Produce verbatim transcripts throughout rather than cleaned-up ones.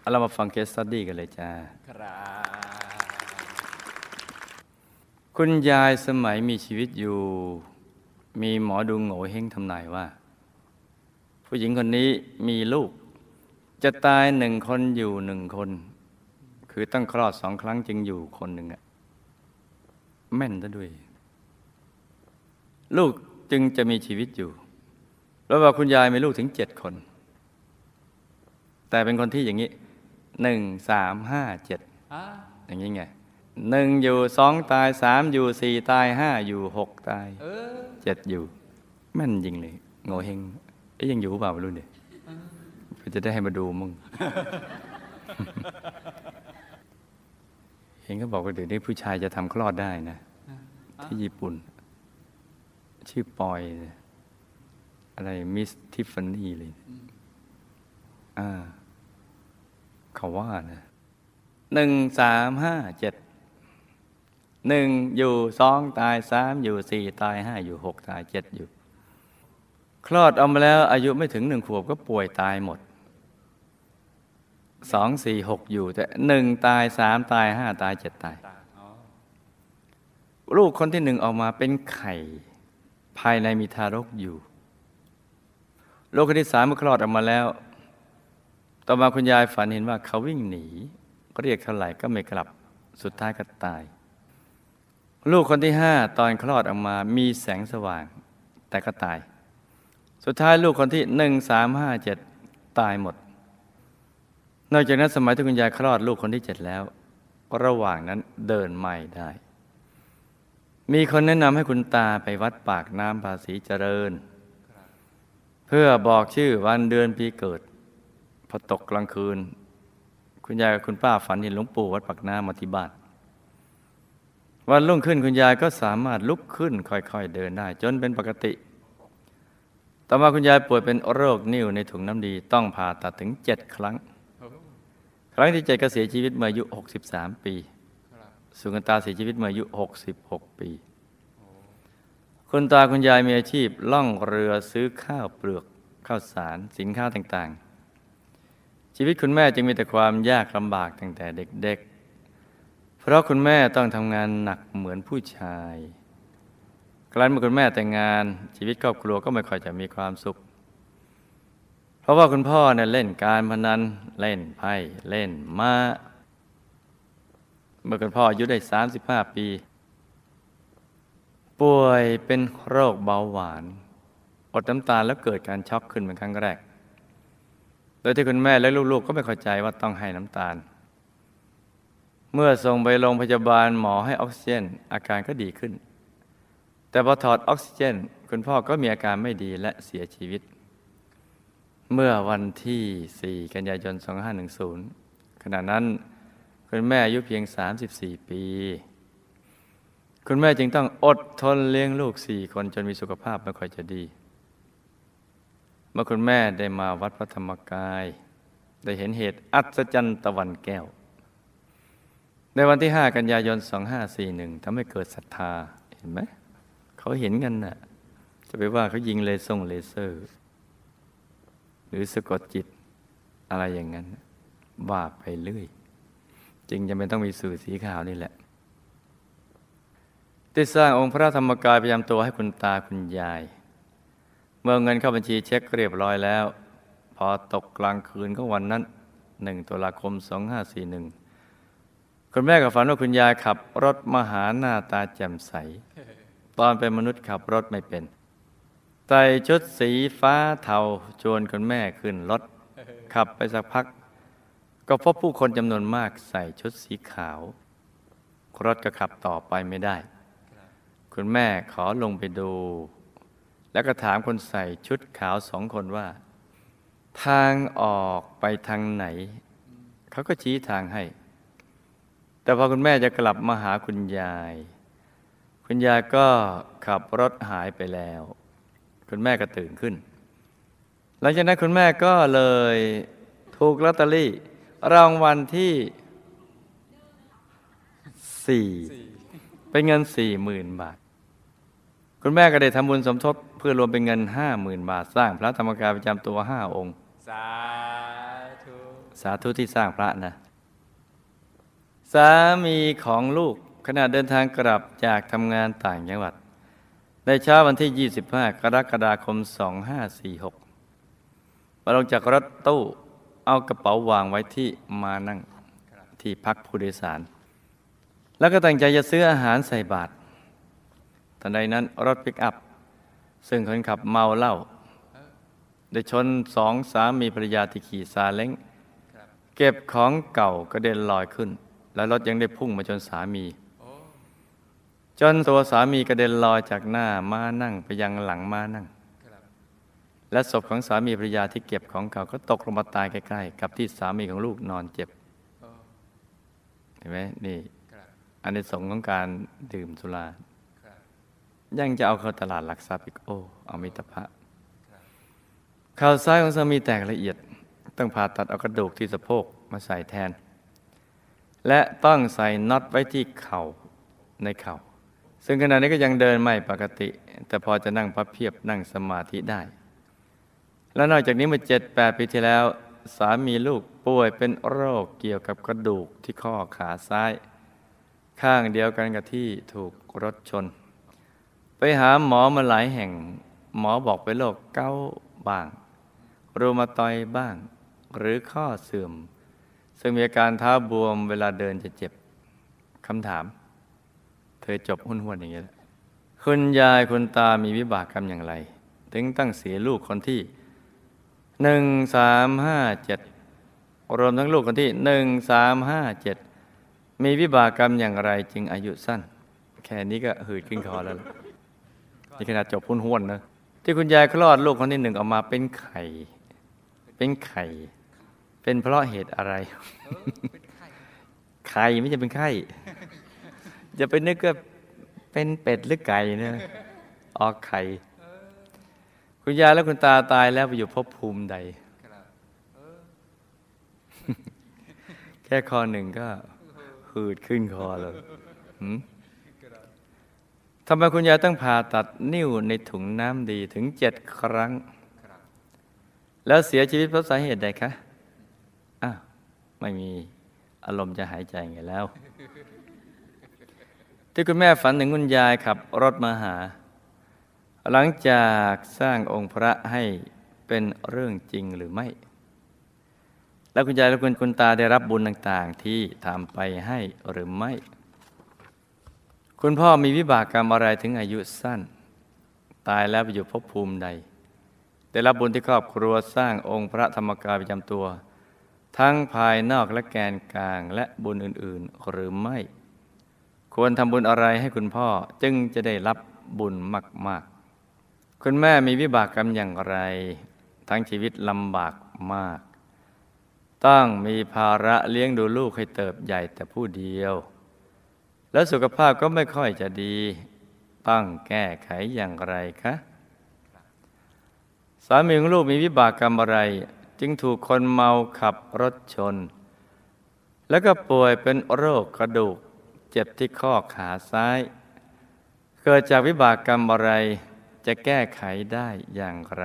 เรามาฟังเคสสตัดดี้กันเลยจ้าคุณยายสมัยมีชีวิตอยู่มีหมอดูโง่เฮงทำนายว่าผู้หญิงคนนี้มีลูกจะตายหนึ่งคนอยู่หนึ่งคนคือต้องคลอดสองครั้งจึงอยู่คนหนึ่งอะแม่นซะด้วยลูกจึงจะมีชีวิตอยู่แล้วว่าคุณยายมีลูกถึงเจ็ดคนแต่เป็นคนที่อย่างนี้หนึ่งสามห้าเจ็ดอย่างนี้ไงหนึ่งอยู่สองตายสามอยู่สี่ตายห้าอยู่หกตายเจ็ดอยู่แม่นจริงเลยโง่เฮงเอ๊ยยังอยู่เปล่าไม่รู้เนี่ยเพื่อจะได้ให้มาดูมึง เห็นเขาบอกว่าเดี๋ยวนี้ผู้ชายจะทำคลอดได้นะที่ญี่ปุ่นชื่อปอยอะไรมิสทิฟฟานี่เลยอ่าเขาว่านะหนึ่งสามห้าเจ็ดหนึ่งอยู่สองตายสามอยู่สี่ตายห้าอยู่หกตายเจ็ดอยู่คลอดออกมาแล้วอายุไม่ถึงหนึ่งขวบก็ป่วยตายหมดสองสี่หกอยู่แต่หนึ่งตายสามตายห้าตายเจ็ดตายลูกคนที่หนึ่งออกมาเป็นไข่ภายในมีทารกอยู่ลูกคนที่สามเมื่อคลอดออกมาแล้วต่อมาคุณยายฝันเห็นว่าเขาวิ่งหนีเรียกเท่าไหร่ก็ไม่กลับสุดท้ายก็ตายลูกคนที่ห้าตอนคลอดออกมามีแสงสว่างแต่ก็ตายสุดท้ายลูกคนที่หนึ่งสามห้าเจ็ดตายหมดนอกจากนั้นสมัยที่คุณยายคลอดลูกคนที่เจ็ดแล้วระหว่างนั้นเดินไม่ได้มีคนแนะนำให้คุณตาไปวัดปากน้ำภาษีเจริญเพื่อบอกชื่อวันเดือนปีเกิดพอตกกลางคืนคุณยายกับคุณป้าฝันเห็นหลวงปู่วัดปากน้ำมาที่บ้านวันรุ่งขึ้นคุณยายก็สามารถลุกขึ้นค่อยๆเดินได้จนเป็นปกติต่อมาคุณยายป่วยเป็นโรคนิ่วในถุงน้ำดีต้องผ่าตัดถึงเจ็ดครั้งครั้งที่เจ็ดก็เสียชีวิตเมื่ออายุหกสิบสามปีส่วนคุณตาเสียชีวิตเมื่ออายุหกสิบหกปีคุณตาคุณยายมีอาชีพล่องเรือซื้อข้าวเปลือกข้าวสารสินค้าต่างๆชีวิตคุณแม่จึงมีแต่ความยากลำบากตั้งแต่เด็กๆเพราะคุณแม่ต้องทำงานหนักเหมือนผู้ชายครั้นเมื่อคุณแม่แต่งงานชีวิตครอบครัวก็ไม่ค่อยจะมีความสุขเพราะว่าคุณพ่อเนี่ยเล่นการพนันเล่นไพ่เล่นม้าเมื่อคุณพ่ออายุได้สามสิบห้าปีป่วยเป็นโรคเบาหวานอดน้ำตาลแล้วเกิดการช็อกขึ้นเป็นครั้งแรกโดยที่คุณแม่และลูกๆก็ไม่เข้าใจว่าต้องให้น้ำตาลเมื่อส่งไปโรงพยาบาลหมอให้ออกซิเจนอาการก็ดีขึ้นแต่พอถอดออกซิเจนคุณพ่อก็มีอาการไม่ดีและเสียชีวิตเมื่อวันที่สี่กันยายนสองพันห้าร้อยสิบขณะนั้นคุณแม่อายุเพียงสามสิบสี่ปีคุณแม่จึงต้องอดทนเลี้ยงลูกสี่คนจนมีสุขภาพไม่ค่อยจะดีเมื่อคุณแม่ได้มาวัดพระธรรมกายได้เห็นเหตุอัศจรรย์ตะวันแก้วในวันที่ห้ากันยายนสองพันห้าร้อยสี่สิบเอ็ดทำให้เกิดศรัทธาเห็นไหมเขาเห็นกันน่ะจะไปว่าเขายิงเลเซอร์เลเซอร์หรือสะกดจิตอะไรอย่างนั้นว่าไปเรื่อยจึงจะไม่ต้องมีสื่อสีขาวนี่แหละที่สร้างองค์พระธรรมกายประจำตัวให้คุณตาคุณยายเมื่อเงินเข้าบัญชีเช็คเรียบร้อยแล้วพอตกกลางคืนของวันนั้นหนึ่งตุลาคมสองพันห้าร้อยสี่สิบเอ็ดคุณแม่ก็ฝันว่าคุณยายขับรถมาหาหน้าตาแจ่มใสตอนเป็นมนุษย์ขับรถไม่เป็นใส่ชุดสีฟ้าเทาชวนคุณแม่ขึ้นรถขับไปสักพักก็พบผู้คนจำนวนมากใส่ชุดสีขาวรถก็ขับต่อไปไม่ได้คุณแม่ขอลงไปดูแล้วก็ถามคนใส่ชุดขาวสองคนว่าทางออกไปทางไหนเขาก็ชี้ทางให้แต่พอคุณแม่จะกลับมาหาคุณยายคุณยายก็ขับรถหายไปแล้วคุณแม่ก็ตื่นขึ้นหลังจากนั้นคุณแม่ก็เลยถูกลอตเตอรี่รางวัลที่สี่เป็นเงินสี่หมื่นบาทคุณแม่ก็ได้ทำบุญสมทบเพื่อรวมเป็นเงินห้าหมื่นบาทสร้างพระธรรมกายประจำตัวห้าองค์สาธุสาธุที่สร้างพระนะสามีของลูกขณะเดินทางกลับจากทำงานต่างจังหวัดในเช้าวันที่ ยี่สิบห้า กรกฎาคม สองพันห้าร้อยสี่สิบหก มาลงจากรถตู้เอากระเป๋าวางไว้ที่มานั่งที่พักผู้โดยสาร แล้วก็ตั้งใจจะซื้ออาหารใส่บาตรทันใดนั้นรถปิกอัพซึ่งคนขับเมาเหล้าได้ชนสองสามีภรรยาที่ขี่ซาเล้งเก็บของเก่ากระเด็นลอยขึ้นและรถยังได้พุ่งมาชนสามีจนตัวสามีกระเด็นลอยจากหน้าม้านั่งไปยังหลังม้านั่งและศพของสามีภรรยาที่เก็บของเก่าก็ตกลงมาตายใกล้ๆกับที่สามีของลูกนอนเจ็บเห็นไหมนี่อันในสงของการดื่มสุรายังจะเอาเข้าตลาดหลักทรัพย์อีกโอ้เอามิตรภะข่าวซ้ายของสามีแตกละเอียดต้องผ่าตัดเอากระดูกที่สะโพกมาใส่แทนและต้องใส่น็อตไว้ที่เข่าในเข่าซึ่งขณะนี้ก็ยังเดินไม่ปกติแต่พอจะนั่งพับเพียบนั่งสมาธิได้และนอกจากนี้เมื่อเจ็ดแปดปีที่แล้วสามีลูกป่วยเป็นโรคเกี่ยวกับกระดูกที่ข้อขาซ้ายข้างเดียวกันกับที่ถูกรถชนไปหาหมอมาหลายแห่งหมอบอกเป็นโรคเกาต์บ้างรูมาตอยด์บ้างหรือข้อเสื่อมซึ่งมีอาการเท้าบวมเวลาเดินจะเจ็บคำถามเธอจบหุ้นห้วนอย่างนี้แล้วคุณยายคุณตามีวิบากกรรมอย่างไรถึงตั้งเสียลูกคนที่หนึ่งสามห้าเจ็ดรวมทั้งลูกคนที่หนึ่งสามห้าเจ็ดมีวิบากกรรมอย่างไรจึงอายุสั้นแค่นี้ก็หืดขึ้นคอแล้วนี่ขนาดจบหุ้นห้วนนะที่คุณยายคลอดลูกคนที่หนึ่งออกมาเป็นไข่เป็นไข่เป็นเพราะเหตุอะไร ไข่ไม่ใช่เป็นไข่จะไปนึกว่าเป็นเป็ดหรือไก่นะออกไข่คุณยายและคุณตาตายแล้วไปอยู่ภพภูมิใดแค่คอหนึ่งก็หืดขึ้นคอเลยทำไมคุณยายต้องผ่าตัดนิ้วในถุงน้ำดีถึงเจ็ดครั้งแล้วเสียชีวิตเพราะสาเหตุใดคะอ้าวไม่มีอารมณ์จะหายใจไงแล้วที่คุณแม่ฝันถึงคุณยายขับรถมาหาหลังจากสร้างองค์พระให้เป็นเรื่องจริงหรือไม่แล้วคุณยายและคุณคุณตาได้รับบุญต่างๆที่ทำไปให้หรือไม่คุณพ่อมีวิบากกรรมอะไรถึงอายุสั้นตายแล้วไปอยู่ภพภูมิใดได้รับบุญที่ครอบครัวสร้างองค์พระธรรมกายประจำตัวทั้งภายนอกและแกนกลางและบุญอื่นๆหรือไม่ควรทำบุญอะไรให้คุณพ่อจึงจะได้รับบุญมากๆคุณแม่มีวิบากกรรมอย่างไรทั้งชีวิตลำบากมากต้องมีภาระเลี้ยงดูลูกให้เติบใหญ่แต่ผู้เดียวและสุขภาพก็ไม่ค่อยจะดีต้องแก้ไขอย่างไรคะสามีของลูกมีวิบากกรรมอะไรจึงถูกคนเมาขับรถชนแล้วก็ป่วยเป็นโรคกระดูกเจ็บที่ข้อขาซ้ายเกิดจากวิบากกรรมอะไรจะแก้ไขได้อย่างไร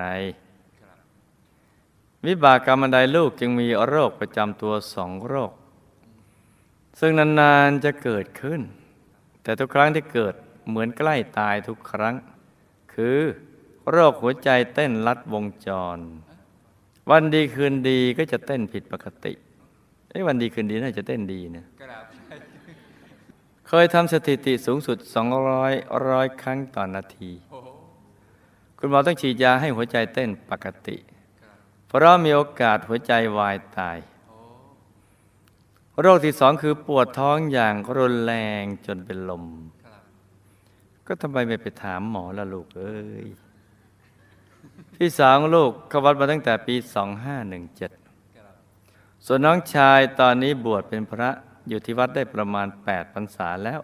วิบากกรรมอันใดลูกจึงมีโรคประจำตัวสองโรคซึ่งนานๆจะเกิดขึ้นแต่ทุกครั้งที่เกิดเหมือนใกล้ตายทุกครั้งคือโรคหัวใจเต้นลัดวงจรวันดีคืนดีก็จะเต้นผิดปกติไอ้วันดีคืนดีน่าจะเต้นดีนะเคยทำสถิติสูงสุดสองร้อยร้อยครั้งต่อนาทีคุณหมอต้องฉีดยาให้หัวใจเต้นปกติเพราะมีโอกาสหัวใจวายตายโรคที่สองคือปวดท้องอย่างรุนแรงจนเป็นลมก็ทำไมไม่ไปถามหมอล่ะลูกเอ้ยพี่สาวของลูกเข้าวัดมาตั้งแต่ปีสองห้าหนึ่งเจ็ดส่วนน้องชายตอนนี้บวชเป็นพระอยู่ที่วัดได้ประมาณแปดพรรษาแล้ว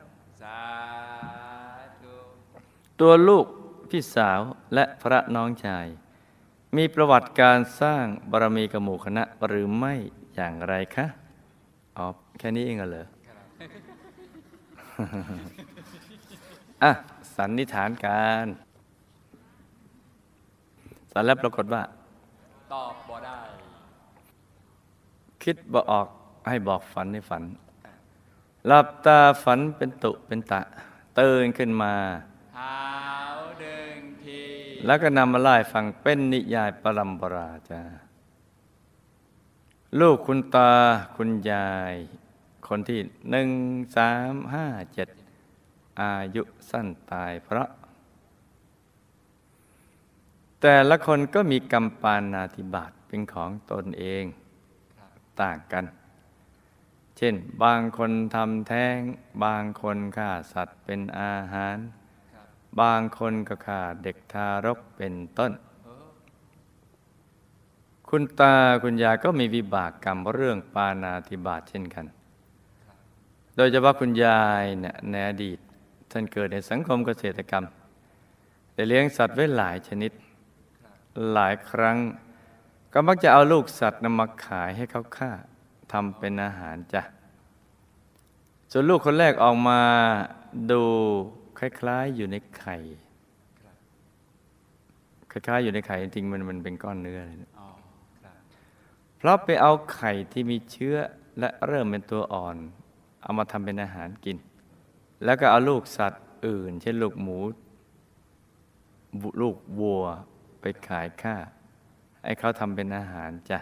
ตัวลูกพี่สาวและพระน้องชายมีประวัติการสร้างบารมีกับหมู่คณะหรือไม่อย่างไรคะอ๋อแค่นี้เองเหรอ อ่ะสันนิษฐานการสันแล้วปรากฏว่าตอบบ่ได้คิดบ่ออกให้บอกฝันให้ฝันหลับตาฝันเป็นตุเป็นตะตื่นขึ้นมาเท้าดึงทีแล้วก็นำมาไล่ฟังเป็นนิยายปรัมปราจ้าลูกคุณตาคุณยายคนที่หนึ่งสามห้าเจ็ดอายุสั้นตายเพราะแต่ละคนก็มีกรรมปาณาติบาตเป็นของตนเองต่างกันเช่นบางคนทำแท้งบางคนฆ่าสัตว์เป็นอาหารบางคนก็ฆ่าเด็กทารกเป็นต้นคุณตาคุณยายก็มีวิบากกรรมเรื่องปาณาติบาตเช่นกันโดยเฉพาะคุณยายเนี่ยในอดีตท่านเกิดในสังคมเกษตรกรรมได้เลี้ยงสัตว์ไว้หลายชนิดหลายครั้งก็มักจะเอาลูกสัตว์นำมาขายให้เขาฆ่าทำเป็นอาหารจ้ะส่วนลูกคนแรกออกมาดูคล้ายๆอยู่ในไข่คล้ายๆอยู่ในไข่จริงๆมันมันเป็นก้อนเนื้อเลยเพราะไปเอาไข่ที่มีเชื้อและเริ่มเป็นตัวอ่อนเอามาทำเป็นอาหารกินแล้วก็เอาลูกสัตว์อื่นเช่นลูกหมูลูกวัวไปขายฆ่าให้เขาทำเป็นอาหารจ้ะ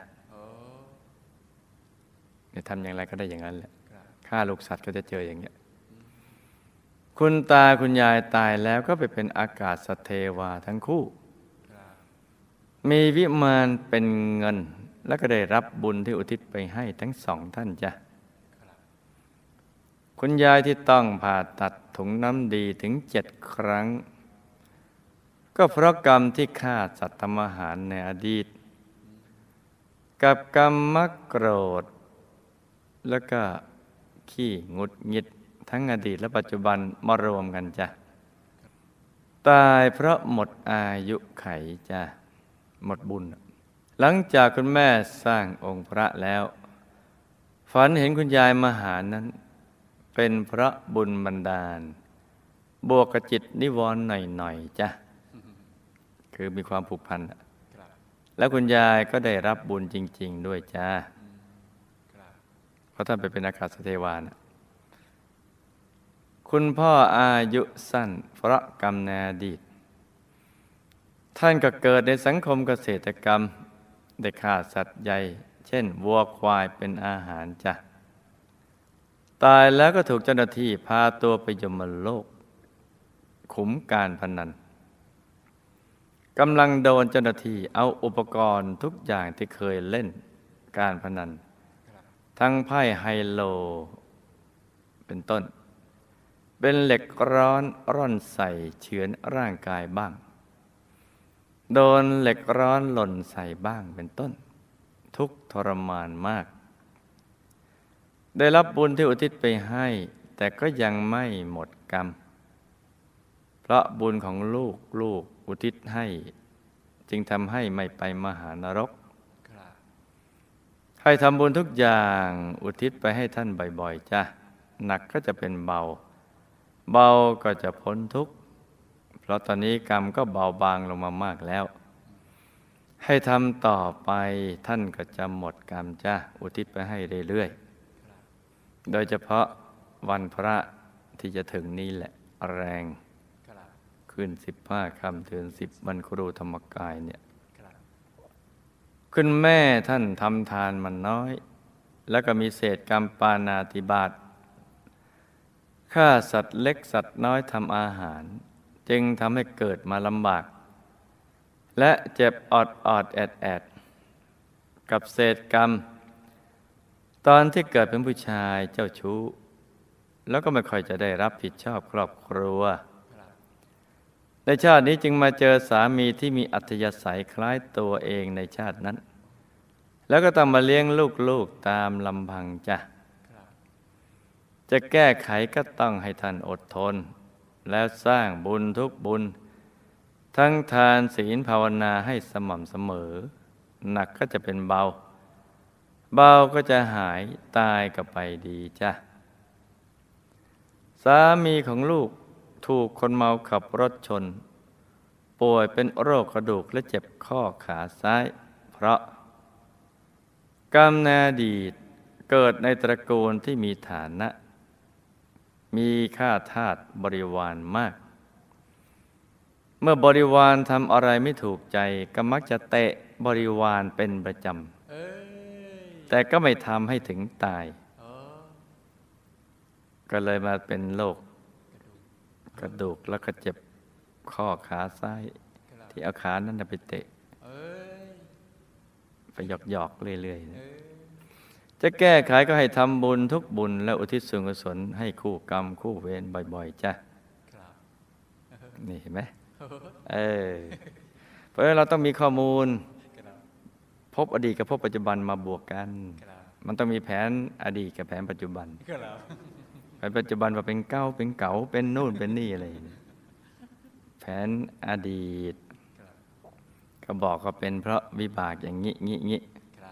จะทำอย่างไรก็ได้อย่างนั้นแหละฆ่าลูกสัตว์ก็จะเจออย่างเงี้ยคุณตาคุณยายตายแล้วก็ไปเป็นอากาศเทวาทั้งคู่มีวิมานเป็นเงินแล้วก็ได้รับบุญที่อุทิศไปให้ทั้งสองท่านจ้ะคุณยายที่ต้องผ่าตัดถุงน้ำดีถึงเจ็ดครั้งก็เพราะกรรมที่ฆ่าสัตว์ทำอาหารในอดีตกับกรรมมักโกรธแล้วก็ขี้งุดหงิดทั้งอดีตและปัจจุบันมารวมกันจ้ะตายเพราะหมดอายุไขจ้ะหมดบุญหลังจากคุณแม่สร้างองค์พระแล้วฝันเห็นคุณยายมหานั้นเป็นเพราะบุญบันดาลบวกกับจิตนิวรณ์หน่อยๆจ้ะคือมีความผูกพันแล้วคุณยายก็ได้รับบุญจริงๆด้วยจ้าเพราะท่านไปเป็นอากาศเทวานะคุณพ่ออายุสั้นเพราะกรรมในอดีตท่านก็เกิดในสังคมเกษตรกรรมได้ฆ่าสัตว์ใหญ่เช่นวัวควายเป็นอาหารจ้ะตายแล้วก็ถูกเจ้าหน้าที่พาตัวไปยมโลกขุมการพนันกำลังโดนเจ้าหน้าที่เอาอุปกรณ์ทุกอย่างที่เคยเล่นการพนันทั้งไพ่ไฮโลเป็นต้นเป็นเหล็กร้อนร่อนใส่เฉือนร่างกายบ้างโดนเหล็กร้อนหล่นใส่บ้างเป็นต้นทุกข์ทรมานมากได้รับบุญที่อุทิศไปให้แต่ก็ยังไม่หมดกรรมเพราะบุญของลูกลูกอุทิศให้จึงทำให้ไม่ไปมหานรกให้ทำบุญทุกอย่างอุทิศไปให้ท่านบ่อยๆจ้ะหนักก็จะเป็นเบาเบาก็จะพ้นทุกข์เพราะตอนนี้กรรมก็เบาบางลงมามากแล้วให้ทำต่อไปท่านก็จะหมดกรรมจ้ะอุทิศไปให้เรื่อยๆโดยเฉพาะวันพระที่จะถึงนี้แหละแรงขึ้นสิบห้าค่ำเดือนสิบวันครูธรรมกายเนี่ยคุณแม่ท่านทำทานมันน้อยแล้วก็มีเศษกรรมปาณาติบาตฆ่าสัตว์เล็กสัตว์น้อยทำอาหารจึงทำให้เกิดมาลำบากและเจ็บออดออดแอดแอดกับเศษกรรมตอนที่เกิดเป็นผู้ชายเจ้าชู้แล้วก็ไม่ค่อยจะได้รับผิดชอบครอบครัวในชาตินี้จึงมาเจอสามีที่มีอัธยาศัยคล้ายตัวเองในชาตินั้นแล้วก็ต้องมาเลี้ยงลูกๆตามลำพังจ้ะจะแก้ไขก็ต้องให้ท่านอดทนแล้วสร้างบุญทุกบุญทั้งทานศีลภาวนาให้สม่ำเสมอหนักก็จะเป็นเบาเบาก็จะหายตายก็ไปดีจ้ะสามีของลูกถูกคนเมาขับรถชนป่วยเป็นโรคกระดูกและเจ็บข้อขาซ้ายเพราะกรรมในอดีตเกิดในตระกูลที่มีฐานะ มีข้าทาสบริวารมาก เมื่อบริวารทำอะไรไม่ถูกใจก็มักจะเตะบริวารเป็นประจำแต่ก็ไม่ทำให้ถึงตายก็เลยมาเป็นโรคกระดูกแล้วก็เจ็บข้อขาซ้ายที่เอาขานั้นไปเตะไปหยอกๆเรื่อยๆจะแก้ไขก็ให้ทำบุญทุกบุญและอุทิศส่วนกุศลให้คู่กรรมคู่เวรบ่อยๆจ้ะนี่เห็นไหมเออเพราะเราต้องมีข้อมูลพบอดีตกับพบปัจจุบันมาบวกกันมันต้องมีแผนอดีตกับแผนปัจจุบันแผนปัจจุบันว่าเป็นเก้าเป็นเก๋าเป็นนู่นเป็นนี่อะไรแผนอดีตก็บอกก็เป็นเพราะวิบากอย่างนี้งี้งี้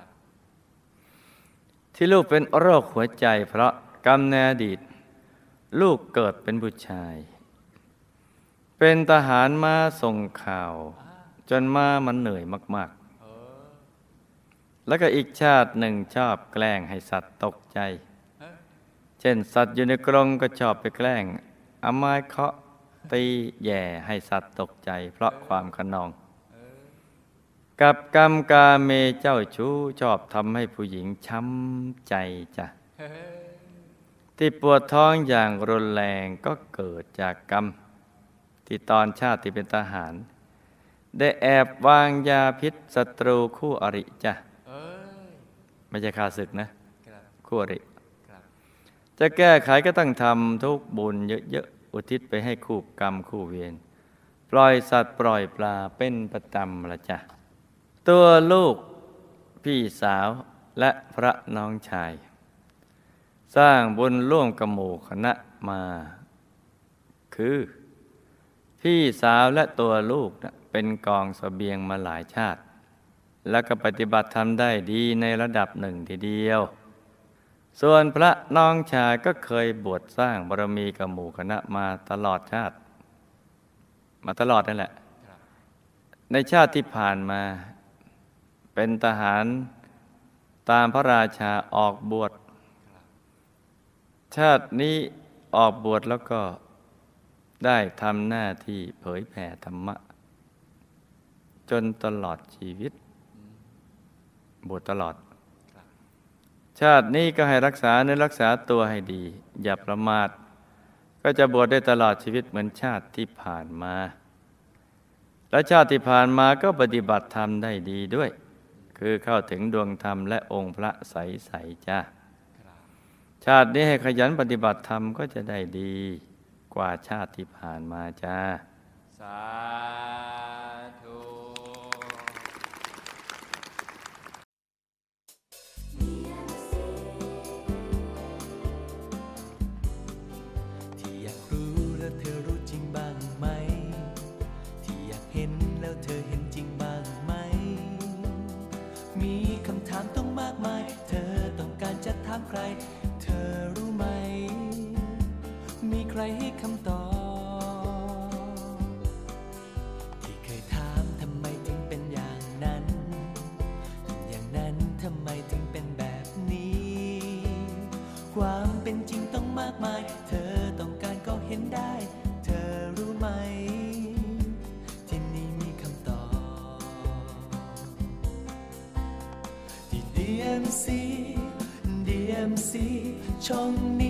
ที่ลูกเป็นโรคหัวใจเพราะกรรมในอดีตลูกเกิดเป็นผู้ชายเป็นทหารม้าส่งข่าวจนม้ามันเหนื่อยมากๆแล้วก็อีกชาติหนึ่งชอบแกล้งให้สัตว์ตกใจเช่นสัตว์อยู่ในกรงก็ชอบไปแกล้งเอาไม้เคาะตีแย่ให้สัตว์ตกใจเพราะความขนองกับกรรมกาเมเจ้าชู้ชอบทำให้ผู้หญิงช้ำใจจ้ะที่ปวดท้องอย่างรุนแรงก็เกิดจากกรรมที่ตอนชาติที่เป็นทหารได้แอบวางยาพิษศัตรูคู่อริจ้ะไม่ใช่ข้าศึกนะคู่อริจะแก้ไขก็ต้องทำทุกบุญเยอะๆอุทิศไปให้คู่กรรมคู่เวรปล่อยสัตว์ปล่อยปลาเป็นประจำละจ้ะตัวลูกพี่สาวและพระน้องชายสร้างบุญร่วมกับหมู่คณะมาคือพี่สาวและตัวลูกนะเป็นกองเสบียงมาหลายชาติแล้วก็ปฏิบัติทำได้ดีในระดับหนึ่งทีเดียวส่วนพระน้องชายก็เคยบวชสร้างบารมีกับหมู่คณะมาตลอดชาติมาตลอดนั่นแหละในชาติที่ผ่านมาเป็นทหารตามพระราชาออกบวชชาตินี้ออกบวชแล้วก็ได้ทำหน้าที่เผยแผ่ธรรมะจนตลอดชีวิตบวชตลอดชาตินี้ก็ให้รักษาเนื้อรักษาตัวให้ดีอย่าประมาทก็จะบวชได้ตลอดชีวิตเหมือนชาติที่ผ่านมาและชาติที่ผ่านมาก็ปฏิบัติธรรมได้ดีด้วยคือเข้าถึงดวงธรรมและองค์พระใสๆจ้าชาตินี้ให้ขยันปฏิบัติธรรมก็จะได้ดีกว่าชาติที่ผ่านมาจ้าสาธุที่อยากรู้แล้วเธอรู้จริงบ้างไหมที่อยากเห็นแล้วเธอเห็นจริงบ้างไหมมีคำถามต้องมากมายเธอต้องการจะถามใครเธอรู้ไหมมีใครให้คำตอบที่เคยถามทำไมถึงเป็นอย่างนั้นอย่างนั้นทำไมถึงเป็นแบบนี้ความเป็นจริงต้องมากมายเธอต้องการก็เห็นได้เธอรู้ไหมที่นี่มีคำตอบที่ ดี เอ็ม ซี ดี เอ็ม ซี ช่องนี้